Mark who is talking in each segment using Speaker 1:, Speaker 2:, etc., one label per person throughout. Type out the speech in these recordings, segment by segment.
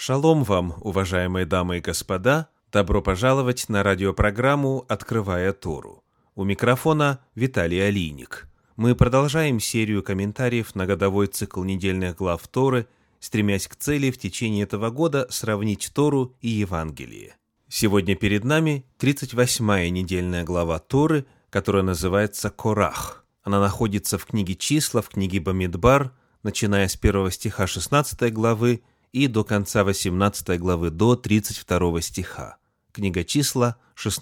Speaker 1: Шалом вам, уважаемые дамы и господа! Добро пожаловать на радиопрограмму «Открывая Тору». У микрофона Виталий Алийник. Мы продолжаем серию комментариев на годовой цикл недельных глав Торы, стремясь к цели в течение этого года сравнить Тору и Евангелие. Сегодня перед нами 38-я недельная глава Торы, которая называется «Корах». Она находится в книге «Числа», в книге Бамидбар, начиная с 1 стиха 16 главы и до конца 18 главы, до 32 стиха. Книга «Числа»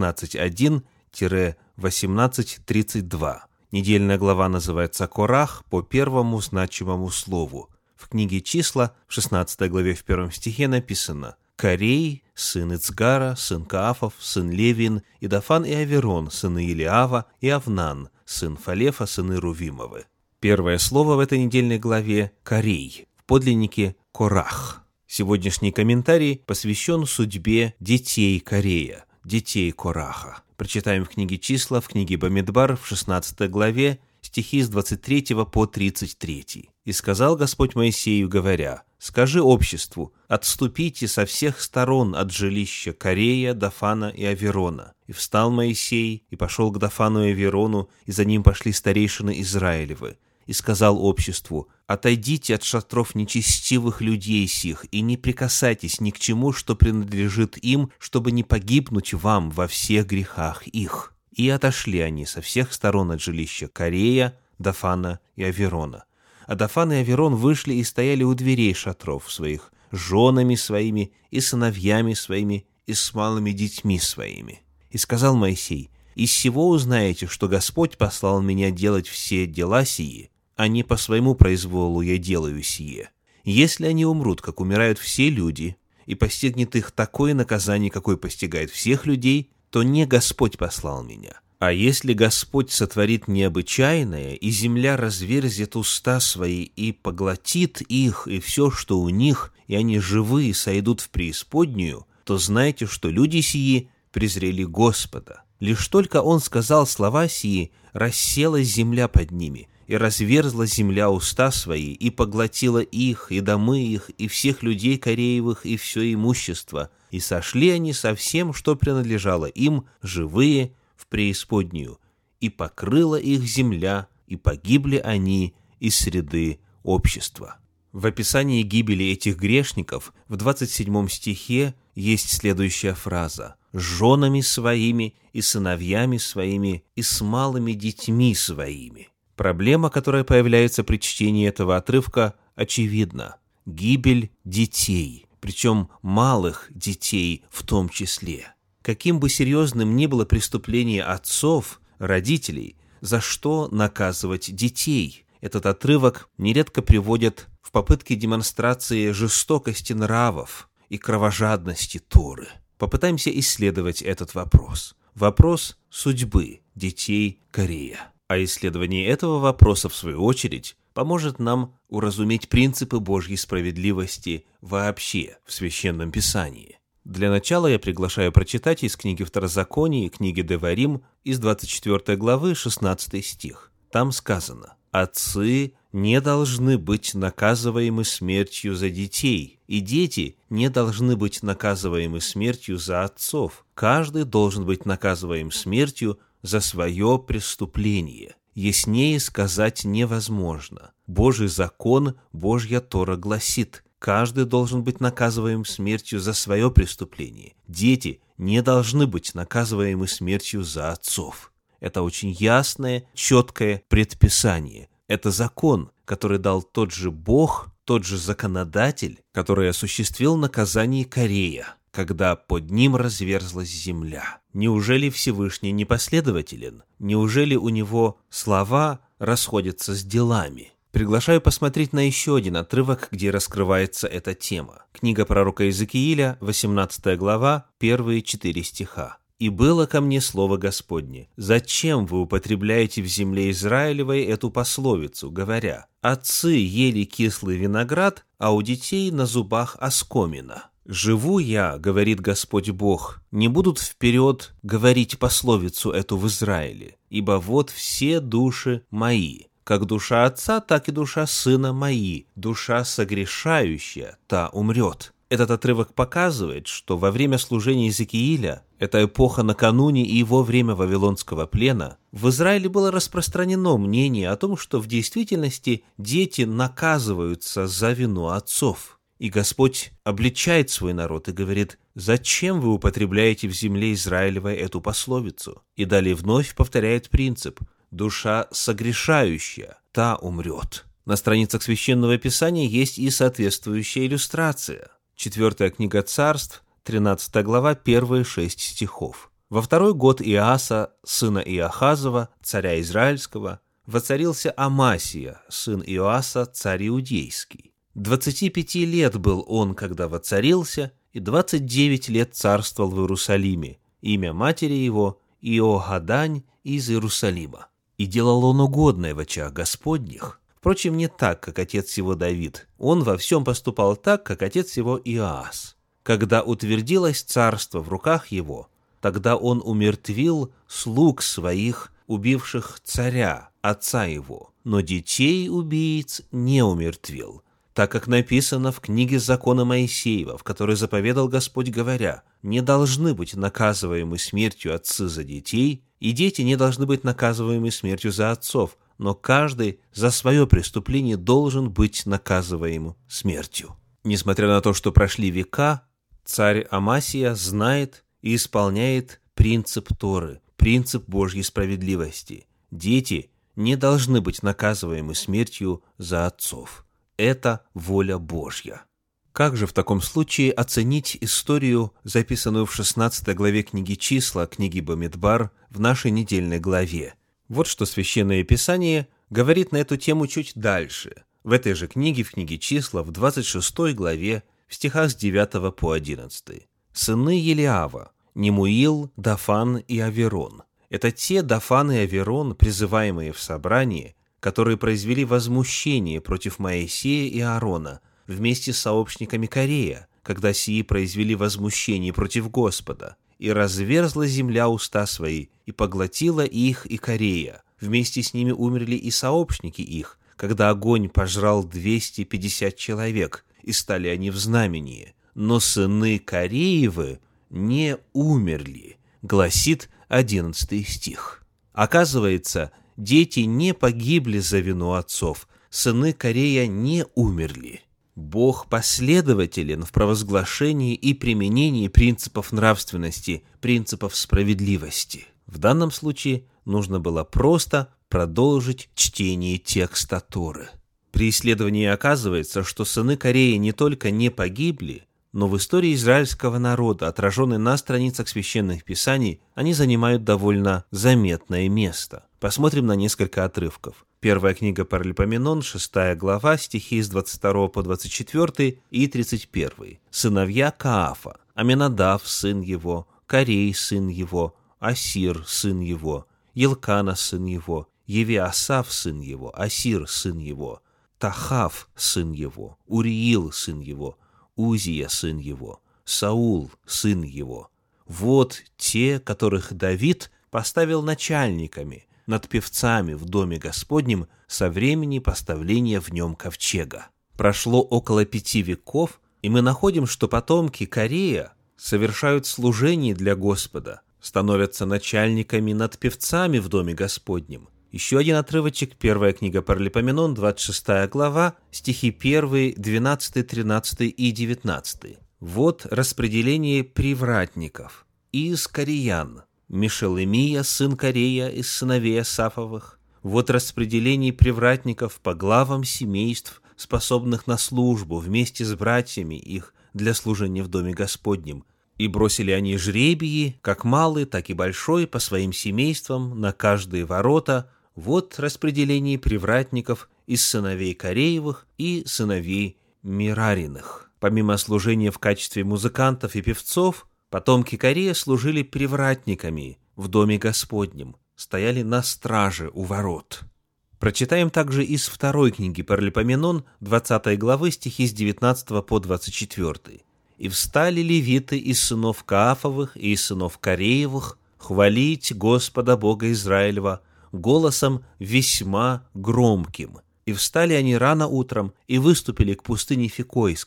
Speaker 1: 16.1-18.32. Недельная глава называется «Корах» по первому значимому слову. В книге «Числа» в 16 главе в 1 стихе написано: «Корей, сын Ицгара, сын Каафов, сын Левин, и Дафан и Аверон, сыны Илиава, и Авнан, сын Фалефа, сыны Рувимовы». Первое слово в этой недельной главе – «Корей», в подлиннике – «Корах». Сегодняшний комментарий посвящен судьбе детей Корея, детей Кораха. Прочитаем в книге «Числа», в книге Бамидбар, в 16 главе, стихи с 23 по 33. «И сказал Господь Моисею, говоря: скажи обществу, отступите со всех сторон от жилища Корея, Дафана и Аверона. И встал Моисей, и пошел к Дафану и Аверону, и за ним пошли старейшины Израилевы. И сказал обществу: отойдите от шатров нечестивых людей сих, и не прикасайтесь ни к чему, что принадлежит им, чтобы не погибнуть вам во всех грехах их. И отошли они со всех сторон от жилища Корея, Дафана и Аверона. А Дафан и Аверон вышли и стояли у дверей шатров своих, с женами своими и сыновьями своими и с малыми детьми своими. И сказал Моисей: из сего узнаете, что Господь послал меня делать все дела сии, а не по своему произволу я делаю сие. Если они умрут, как умирают все люди, и постигнет их такое наказание, какое постигает всех людей, то не Господь послал меня. А если Господь сотворит необычайное, и земля разверзет уста свои и поглотит их и все, что у них, и они живые сойдут в преисподнюю, то знайте, что люди сии презрели Господа. Лишь только Он сказал слова сии, расселась земля под ними, и разверзла земля уста свои, и поглотила их, и домы их, и всех людей Кореевых, и все имущество, и сошли они со всем, что принадлежало им, живые, в преисподнюю, и покрыла их земля, и погибли они из среды общества». В описании гибели этих грешников в 27 стихе есть следующая фраза: «с женами своими и сыновьями своими и с малыми детьми своими». Проблема, которая появляется при чтении этого отрывка, очевидна. Гибель детей, причем малых детей в том числе. Каким бы серьезным ни было преступление отцов, родителей, за что наказывать детей? Этот отрывок нередко приводят в попытке демонстрации жестокости нравов и кровожадности Торы. Попытаемся исследовать этот вопрос. Вопрос судьбы детей Корея. А исследование этого вопроса, в свою очередь, поможет нам уразуметь принципы Божьей справедливости вообще в Священном Писании. Для начала я приглашаю прочитать из книги Второзакония и книги Деварим из 24 главы 16 стих. Там сказано: «Отцы не должны быть наказываемы смертью за детей, и дети не должны быть наказываемы смертью за отцов. Каждый должен быть наказываем смертью за свое преступление». Яснее сказать невозможно. Божий закон, Божья Тора гласит: каждый должен быть наказываем смертью за свое преступление. Дети не должны быть наказываемы смертью за отцов. Это очень ясное, четкое предписание. Это закон, который дал тот же Бог, тот же законодатель, который осуществил наказание Корея, когда под ним разверзлась земля. Неужели Всевышний непоследователен? Неужели у него слова расходятся с делами? Приглашаю посмотреть на еще один отрывок, где раскрывается эта тема. Книга пророка Иезекииля, 18 глава, первые 4 стиха. «И было ко мне слово Господне: зачем вы употребляете в земле Израилевой эту пословицу, говоря: отцы ели кислый виноград, а у детей на зубах оскомина? Живу я, говорит Господь Бог, не будут вперед говорить пословицу эту в Израиле, ибо вот все души мои, как душа отца, так и душа сына мои, душа согрешающая, та умрет». Этот отрывок показывает, что во время служения Иезекииля, это эпоха накануне и во время Вавилонского плена, в Израиле было распространено мнение о том, что в действительности дети наказываются за вину отцов. И Господь обличает свой народ и говорит: «Зачем вы употребляете в земле Израилевой эту пословицу?» И далее вновь повторяет принцип: «Душа согрешающая, та умрет». На страницах Священного Писания есть и соответствующая иллюстрация. 4 книга Царств, 13 глава, первые 6 стихов. «Во второй год Иоаса, сына Иохазова, царя Израильского, воцарился Амасия, сын Иоаса, царь Иудейский. 25 лет был он, когда воцарился, и 29 лет царствовал в Иерусалиме. Имя матери его Иохадань из Иерусалима. И делал он угодное в очах Господних». Впрочем, не так, как отец его Давид. Он во всем поступал так, как отец его Иоас. Когда утвердилось царство в руках его, тогда он умертвил слуг своих, убивших царя, отца его, но детей убийц не умертвил, так как написано в книге закона Моисеева, в которой заповедал Господь, говоря: «Не должны быть наказываемы смертью отцы за детей, и дети не должны быть наказываемы смертью за отцов, но каждый за свое преступление должен быть наказываем смертью». Несмотря на то, что прошли века, царь Амасия знает и исполняет принцип Торы, принцип Божьей справедливости. Дети не должны быть наказываемы смертью за отцов. Это воля Божья. Как же в таком случае оценить историю, записанную в 16 главе книги Числа, книги Бамидбар, в нашей недельной главе? Вот что Священное Писание говорит на эту тему чуть дальше. В этой же книге, в книге Числа, в 26 главе, в стихах с 9 по 11. «Сыны Елиава, Немуил, Дафан и Аверон. Это те Дафан и Аверон, призываемые в собрании, которые произвели возмущение против Моисея и Аарона вместе с сообщниками Корея, когда сии произвели возмущение против Господа. И разверзла земля уста свои, и поглотила их и Корея. Вместе с ними умерли и сообщники их, когда огонь пожрал 250 человек, и стали они в знамении. Но сыны Кореевы не умерли», гласит 11 стих. Оказывается, дети не погибли за вину отцов, сыны Корея не умерли. Бог последователен в провозглашении и применении принципов нравственности, принципов справедливости. В данном случае нужно было просто продолжить чтение текста Торы. При исследовании оказывается, что сыны Корея не только не погибли, но в истории израильского народа, отраженной на страницах священных писаний, они занимают довольно заметное место. Посмотрим на несколько отрывков. Первая книга Паралипоменон, 6 глава, стихи с 22 по 24 и 31. «Сыновья Каафа: Аминадав, сын его, Корей, сын его, Асир, сын его, Елкана, сын его, Евиасав, сын его, Асир, сын его, Тахав, сын его, Уриил, сын его, Узия, сын его, Саул, сын его. Вот те, которых Давид поставил начальниками над певцами в доме Господнем со времени поставления в нем ковчега». Прошло около 5 веков, и мы находим, что потомки Корея совершают служение для Господа, становятся начальниками над певцами в доме Господнем. Еще один отрывочек, первая книга Паралипоменон, 26 глава, стихи 1, 12, 13 и 19. «Вот распределение привратников. Из Кореян: Мишелемия, сын Корея, из сыновей Асафовых. Вот распределение привратников по главам семейств, способных на службу, вместе с братьями их для служения в доме Господнем. И бросили они жребии, как малый, так и большой, по своим семействам, на каждые ворота. Вот распределение привратников из сыновей Кореевых и сыновей Мирариных». Помимо служения в качестве музыкантов и певцов, потомки Корея служили привратниками в доме Господнем, стояли на страже у ворот. Прочитаем также из второй книги Паралипоменон, 20 главы, стихи с 19 по 24. «И встали левиты из сынов Каафовых и из сынов Кореевых хвалить Господа Бога Израилева голосом весьма громким. И встали они рано утром и выступили к пустыне Фикойской,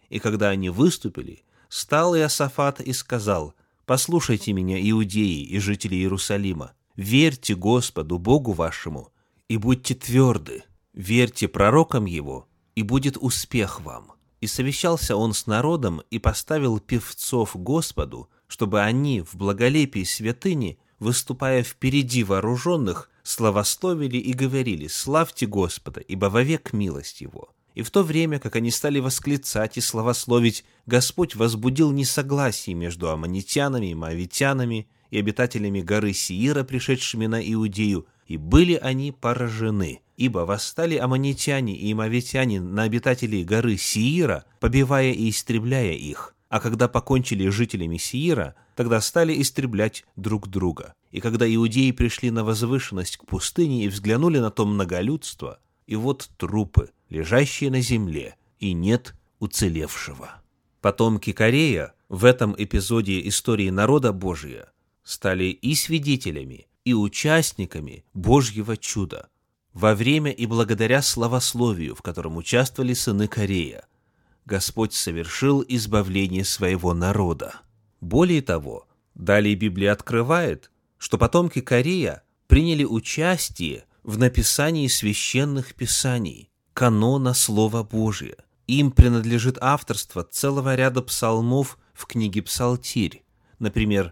Speaker 1: И когда они выступили, стал Иосафат и сказал: «Послушайте меня, иудеи и жители Иерусалима, верьте Господу, Богу вашему, и будьте тверды, верьте пророкам Его, и будет успех вам». И совещался он с народом и поставил певцов Господу, чтобы они в благолепии святыни, выступая впереди вооруженных, славословили и говорили: «Славьте Господа, ибо вовек милость Его». И в то время, как они стали восклицать и славословить, Господь возбудил несогласие между аммонитянами, моавитянами и обитателями горы Сеира, пришедшими на Иудею, и были они поражены, ибо восстали аммонитяне и моавитяне на обитателей горы Сеира, побивая и истребляя их. А когда покончили с жителями Сеира, тогда стали истреблять друг друга. И когда иудеи пришли на возвышенность к пустыне и взглянули на то многолюдство, и вот трупы, лежащие на земле, и нет уцелевшего. Потомки Корея в этом эпизоде истории народа Божия стали и свидетелями, и участниками Божьего чуда. Во время и благодаря славословию, в котором участвовали сыны Корея, Господь совершил избавление своего народа. Более того, далее Библия открывает, что потомки Корея приняли участие в написании священных писаний, канона Слова Божия. Им принадлежит авторство целого ряда псалмов в книге «Псалтирь». Например,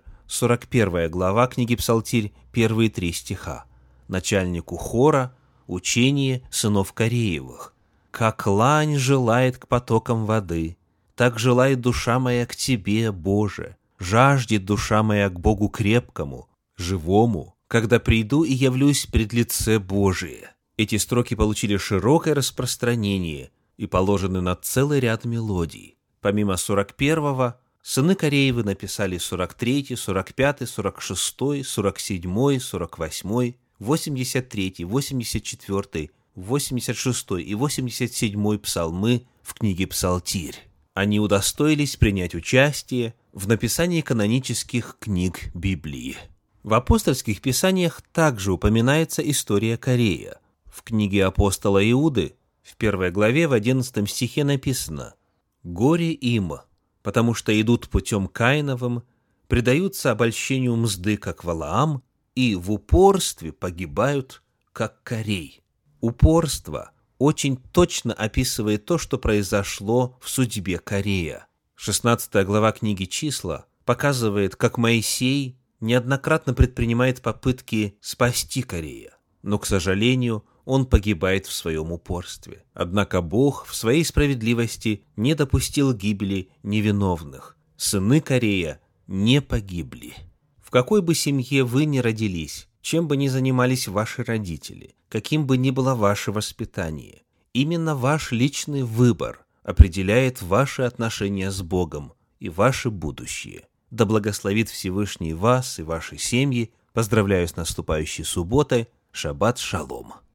Speaker 1: 41 глава книги «Псалтирь», первые 3 стиха. Начальнику хора учение сынов Кореевых. «Как лань желает к потокам воды, так желает душа моя к Тебе, Боже. Жаждет душа моя к Богу крепкому, живому, когда приду и явлюсь пред лице Божие». Эти строки получили широкое распространение и положены на целый ряд мелодий. Помимо 41-го, сыны Кореевы написали 43-й, 45-й, 46-й, 47-й, 48-й, 83-й, 84-й, 86-й и 87-й псалмы в книге «Псалтирь». Они удостоились принять участие в написании канонических книг Библии. В апостольских писаниях также упоминается история Корея. В книге апостола Иуды в 1 главе в 11 стихе написано: «Горе им, потому что идут путем Каиновым, предаются обольщению мзды, как Валаам, и в упорстве погибают, как Корей». Упорство очень точно описывает то, что произошло в судьбе Корея. 16 глава книги «Числа» показывает, как Моисей неоднократно предпринимает попытки спасти Корея, но, к сожалению, он погибает в своем упорстве. Однако Бог в своей справедливости не допустил гибели невиновных. Сыны Корея не погибли. В какой бы семье вы ни родились, чем бы ни занимались ваши родители, каким бы ни было ваше воспитание, именно ваш личный выбор определяет ваши отношения с Богом и ваше будущее. Да благословит Всевышний вас и ваши семьи. Поздравляю с наступающей субботой. Шаббат шалом.